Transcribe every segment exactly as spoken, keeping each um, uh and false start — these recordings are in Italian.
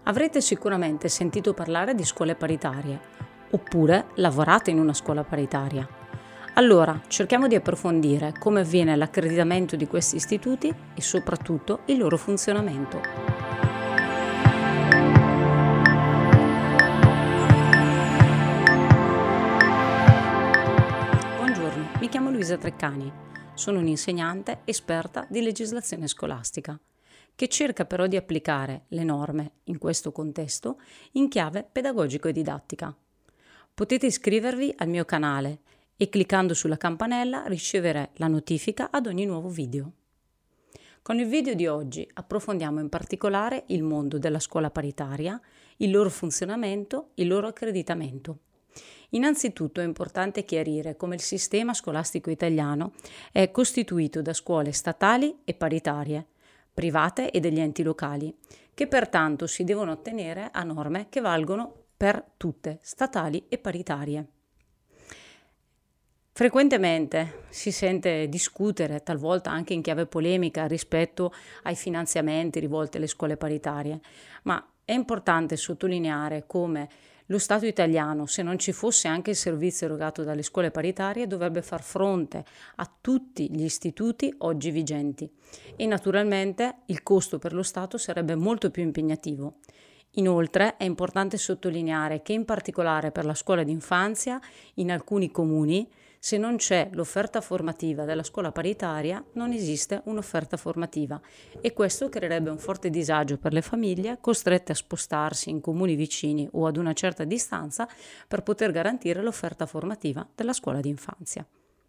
Avrete sicuramente sentito parlare di scuole paritarie, oppure lavorate in una scuola paritaria. Allora, cerchiamo di approfondire come avviene l'accreditamento di questi istituti e soprattutto il loro funzionamento. Buongiorno, mi chiamo Luisa Treccani, sono un'insegnante esperta di legislazione scolastica, che cerca però di applicare le norme, in questo contesto, in chiave pedagogico e didattica. Potete iscrivervi al mio canale e cliccando sulla campanella ricevere la notifica ad ogni nuovo video. Con il video di oggi approfondiamo in particolare il mondo della scuola paritaria, il loro funzionamento, il loro accreditamento. Innanzitutto è importante chiarire come il sistema scolastico italiano è costituito da scuole statali e paritarie, private e degli enti locali, che pertanto si devono attenere a norme che valgono per tutte, statali e paritarie. Frequentemente si sente discutere, talvolta anche in chiave polemica, rispetto ai finanziamenti rivolti alle scuole paritarie, ma è importante sottolineare come lo Stato italiano, se non ci fosse anche il servizio erogato dalle scuole paritarie, dovrebbe far fronte a tutti gli istituti oggi vigenti e naturalmente il costo per lo Stato sarebbe molto più impegnativo. Inoltre è importante sottolineare che in particolare per la scuola d'infanzia in alcuni comuni, se non c'è l'offerta formativa della scuola paritaria, non esiste un'offerta formativa e questo creerebbe un forte disagio per le famiglie costrette a spostarsi in comuni vicini o ad una certa distanza per poter garantire l'offerta formativa della scuola d'infanzia.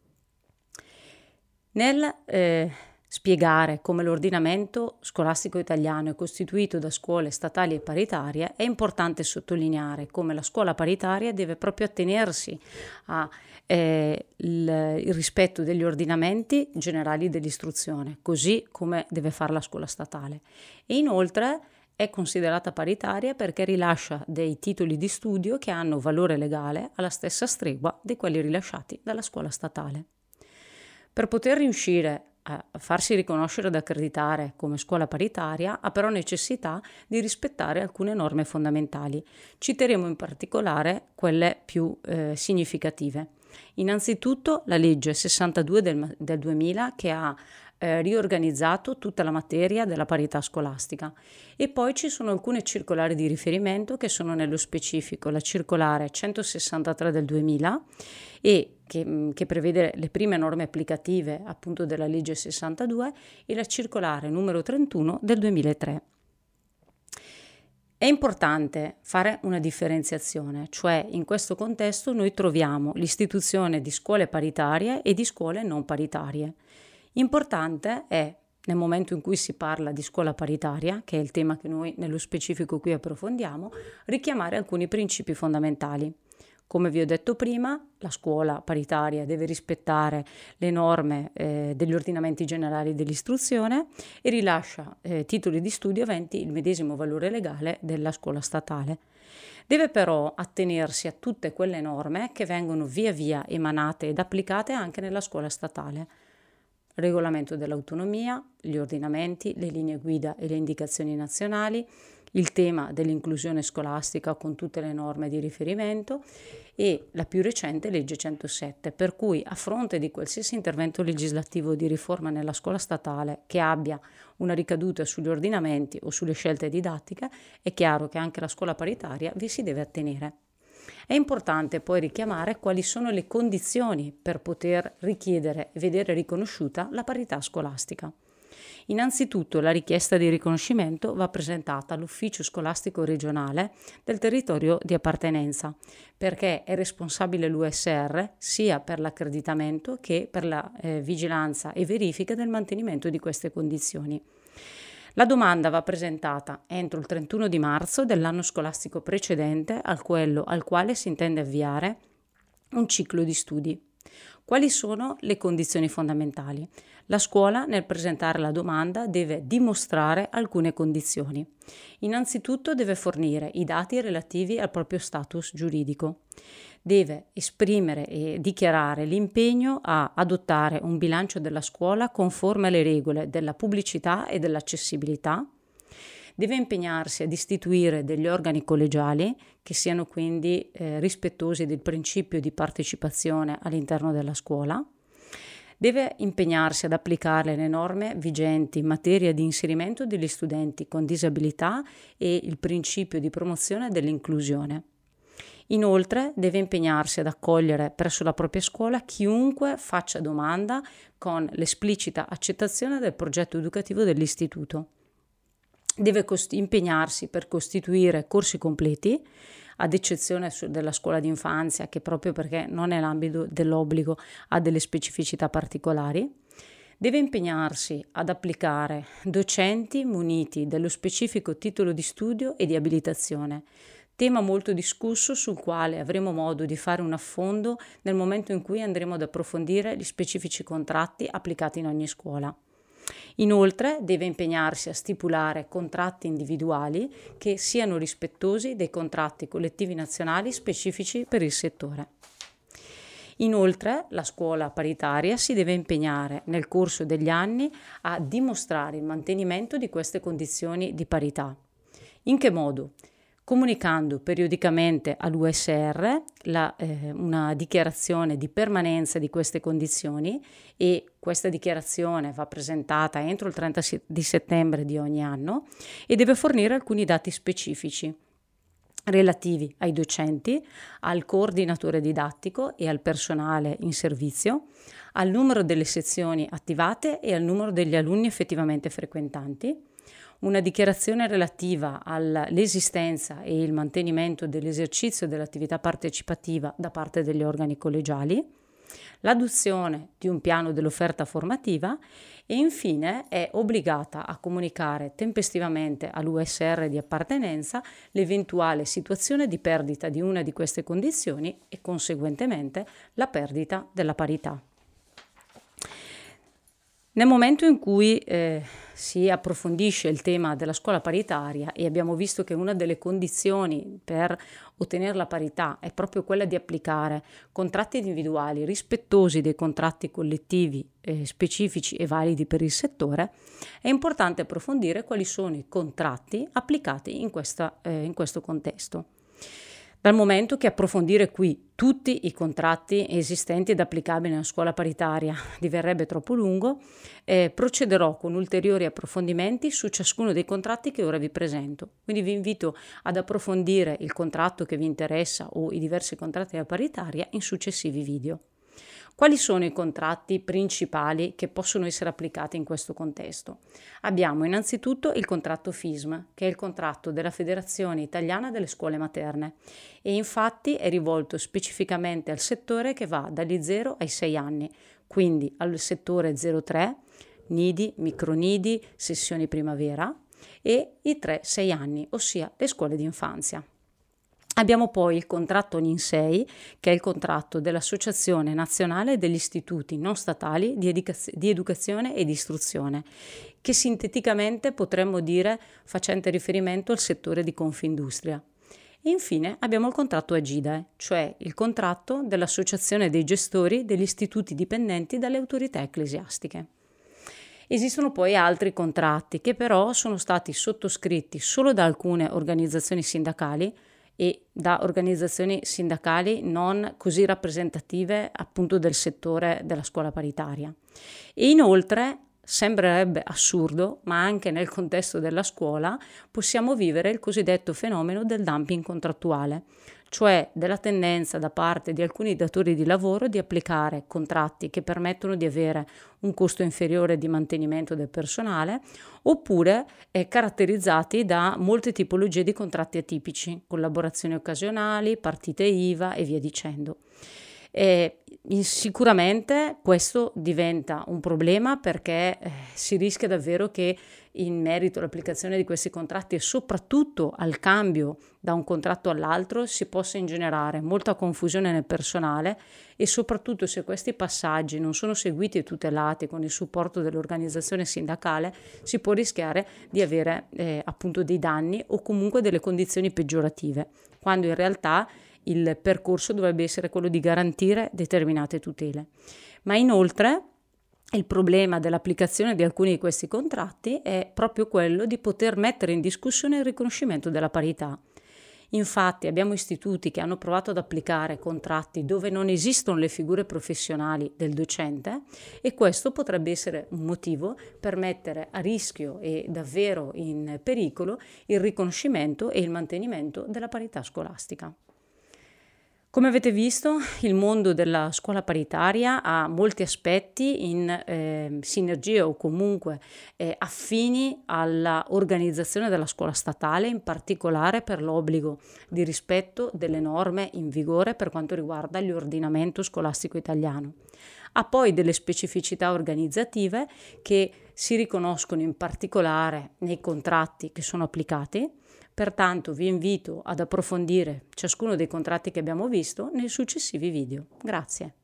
Nel eh, spiegare come l'ordinamento scolastico italiano è costituito da scuole statali e paritarie, è importante sottolineare come la scuola paritaria deve proprio attenersi al eh, rispetto degli ordinamenti generali dell'istruzione, così come deve fare la scuola statale. E inoltre è considerata paritaria perché rilascia dei titoli di studio che hanno valore legale alla stessa stregua di quelli rilasciati dalla scuola statale. Per poter riuscire a farsi riconoscere ed accreditare come scuola paritaria ha però necessità di rispettare alcune norme fondamentali. Citeremo in particolare quelle più eh, significative. Innanzitutto la legge sessantadue del, del duemila che ha eh, riorganizzato tutta la materia della parità scolastica e poi ci sono alcune circolari di riferimento che sono nello specifico la circolare centosessantatré del duemila e che, che prevede le prime norme applicative appunto della legge sessantadue e la circolare numero trentuno del duemilatré. È importante fare una differenziazione, cioè in questo contesto noi troviamo l'istituzione di scuole paritarie e di scuole non paritarie. Importante è, nel momento in cui si parla di scuola paritaria, che è il tema che noi nello specifico qui approfondiamo, richiamare alcuni principi fondamentali. Come vi ho detto prima, la scuola paritaria deve rispettare le norme eh, degli ordinamenti generali dell'istruzione e rilascia eh, titoli di studio aventi il medesimo valore legale della scuola statale. Deve però attenersi a tutte quelle norme che vengono via via emanate ed applicate anche nella scuola statale. Regolamento dell'autonomia, gli ordinamenti, le linee guida e le indicazioni nazionali, il tema dell'inclusione scolastica con tutte le norme di riferimento e la più recente legge centosette, per cui a fronte di qualsiasi intervento legislativo di riforma nella scuola statale che abbia una ricaduta sugli ordinamenti o sulle scelte didattiche, è chiaro che anche la scuola paritaria vi si deve attenere. È importante poi richiamare quali sono le condizioni per poter richiedere e vedere riconosciuta la parità scolastica. Innanzitutto la richiesta di riconoscimento va presentata all'ufficio scolastico regionale del territorio di appartenenza, perché è responsabile l'U S R sia per l'accreditamento che per la eh, vigilanza e verifica del mantenimento di queste condizioni. La domanda va presentata entro il trentuno di marzo dell'anno scolastico precedente al, quello, al quale si intende avviare un ciclo di studi. Quali sono le condizioni fondamentali? La scuola, nel presentare la domanda, deve dimostrare alcune condizioni. Innanzitutto deve fornire i dati relativi al proprio status giuridico. Deve esprimere e dichiarare l'impegno a adottare un bilancio della scuola conforme alle regole della pubblicità e dell'accessibilità. Deve impegnarsi ad istituire degli organi collegiali che siano quindi eh, rispettosi del principio di partecipazione all'interno della scuola. Deve impegnarsi ad applicare le norme vigenti in materia di inserimento degli studenti con disabilità e il principio di promozione dell'inclusione. Inoltre deve impegnarsi ad accogliere presso la propria scuola chiunque faccia domanda con l'esplicita accettazione del progetto educativo dell'istituto. Deve cost- impegnarsi per costituire corsi completi, ad eccezione della scuola d'infanzia, che proprio perché non è l'ambito dell'obbligo ha delle specificità particolari. Deve impegnarsi ad applicare docenti muniti dello specifico titolo di studio e di abilitazione, tema molto discusso sul quale avremo modo di fare un affondo nel momento in cui andremo ad approfondire gli specifici contratti applicati in ogni scuola. Inoltre deve impegnarsi a stipulare contratti individuali che siano rispettosi dei contratti collettivi nazionali specifici per il settore. Inoltre la scuola paritaria si deve impegnare nel corso degli anni a dimostrare il mantenimento di queste condizioni di parità. In che modo? Comunicando periodicamente all'U S R la, eh, una dichiarazione di permanenza di queste condizioni, e questa dichiarazione va presentata entro il trenta di settembre di ogni anno e deve fornire alcuni dati specifici relativi ai docenti, al coordinatore didattico e al personale in servizio, al numero delle sezioni attivate e al numero degli alunni effettivamente frequentanti, una dichiarazione relativa all'esistenza e il mantenimento dell'esercizio dell'attività partecipativa da parte degli organi collegiali, l'adozione di un piano dell'offerta formativa e infine è obbligata a comunicare tempestivamente all'U S R di appartenenza l'eventuale situazione di perdita di una di queste condizioni e conseguentemente la perdita della parità. Nel momento in cui eh, si approfondisce il tema della scuola paritaria e abbiamo visto che una delle condizioni per ottenere la parità è proprio quella di applicare contratti individuali rispettosi dei contratti collettivi eh, specifici e validi per il settore, è importante approfondire quali sono i contratti applicati in, questa, eh, in questo contesto. Dal momento che approfondire qui tutti i contratti esistenti ed applicabili nella scuola paritaria diverrebbe troppo lungo, eh, procederò con ulteriori approfondimenti su ciascuno dei contratti che ora vi presento. Quindi vi invito ad approfondire il contratto che vi interessa o i diversi contratti della paritaria in successivi video. Quali sono i contratti principali che possono essere applicati in questo contesto? Abbiamo innanzitutto il contratto F I S M, che è il contratto della Federazione Italiana delle Scuole Materne, e infatti è rivolto specificamente al settore che va dagli zero ai sei anni, quindi al settore zero tre, nidi, micronidi, sessioni primavera, e i tre sei anni, ossia le scuole di infanzia. Abbiamo poi il contratto N I N S E I, che è il contratto dell'Associazione Nazionale degli Istituti Non Statali di, educaz- di Educazione e di Istruzione, che sinteticamente potremmo dire facente riferimento al settore di Confindustria. E infine abbiamo il contratto Agidae, cioè il contratto dell'Associazione dei Gestori degli Istituti dipendenti dalle autorità ecclesiastiche. Esistono poi altri contratti che però sono stati sottoscritti solo da alcune organizzazioni sindacali e da organizzazioni sindacali non così rappresentative appunto del settore della scuola paritaria. E inoltre sembrerebbe assurdo, ma anche nel contesto della scuola possiamo vivere il cosiddetto fenomeno del dumping contrattuale, cioè della tendenza da parte di alcuni datori di lavoro di applicare contratti che permettono di avere un costo inferiore di mantenimento del personale, oppure eh, caratterizzati da molte tipologie di contratti atipici, collaborazioni occasionali, partite I V A e via dicendo. E sicuramente questo diventa un problema perché eh, si rischia davvero che in merito all'applicazione di questi contratti e soprattutto al cambio da un contratto all'altro si possa ingenerare molta confusione nel personale, e soprattutto se questi passaggi non sono seguiti e tutelati con il supporto dell'organizzazione sindacale si può rischiare di avere eh, appunto dei danni o comunque delle condizioni peggiorative, quando in realtà il percorso dovrebbe essere quello di garantire determinate tutele. Ma inoltre Il problema dell'applicazione di alcuni di questi contratti è proprio quello di poter mettere in discussione il riconoscimento della parità. Infatti abbiamo istituti che hanno provato ad applicare contratti dove non esistono le figure professionali del docente, e questo potrebbe essere un motivo per mettere a rischio e davvero in pericolo il riconoscimento e il mantenimento della parità scolastica. Come avete visto, il mondo della scuola paritaria ha molti aspetti in eh, sinergia o comunque eh, affini alla organizzazione della scuola statale, in particolare per l'obbligo di rispetto delle norme in vigore per quanto riguarda l'ordinamento scolastico italiano. Ha poi delle specificità organizzative che si riconoscono in particolare nei contratti che sono applicati. Pertanto vi invito ad approfondire ciascuno dei contratti che abbiamo visto nei successivi video. Grazie.